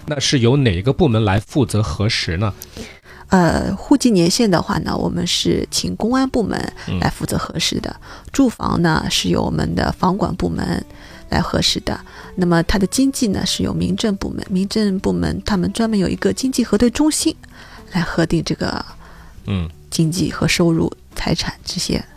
那是由哪个部门来负责核实呢？ 户籍年限的话呢，我们是请公安部门来负责核实的。住房呢是由我们的房管部门来核实的。那么它的经济呢是由民政部门他们专门有一个经济核对中心来核定这个经济和收入、财产这些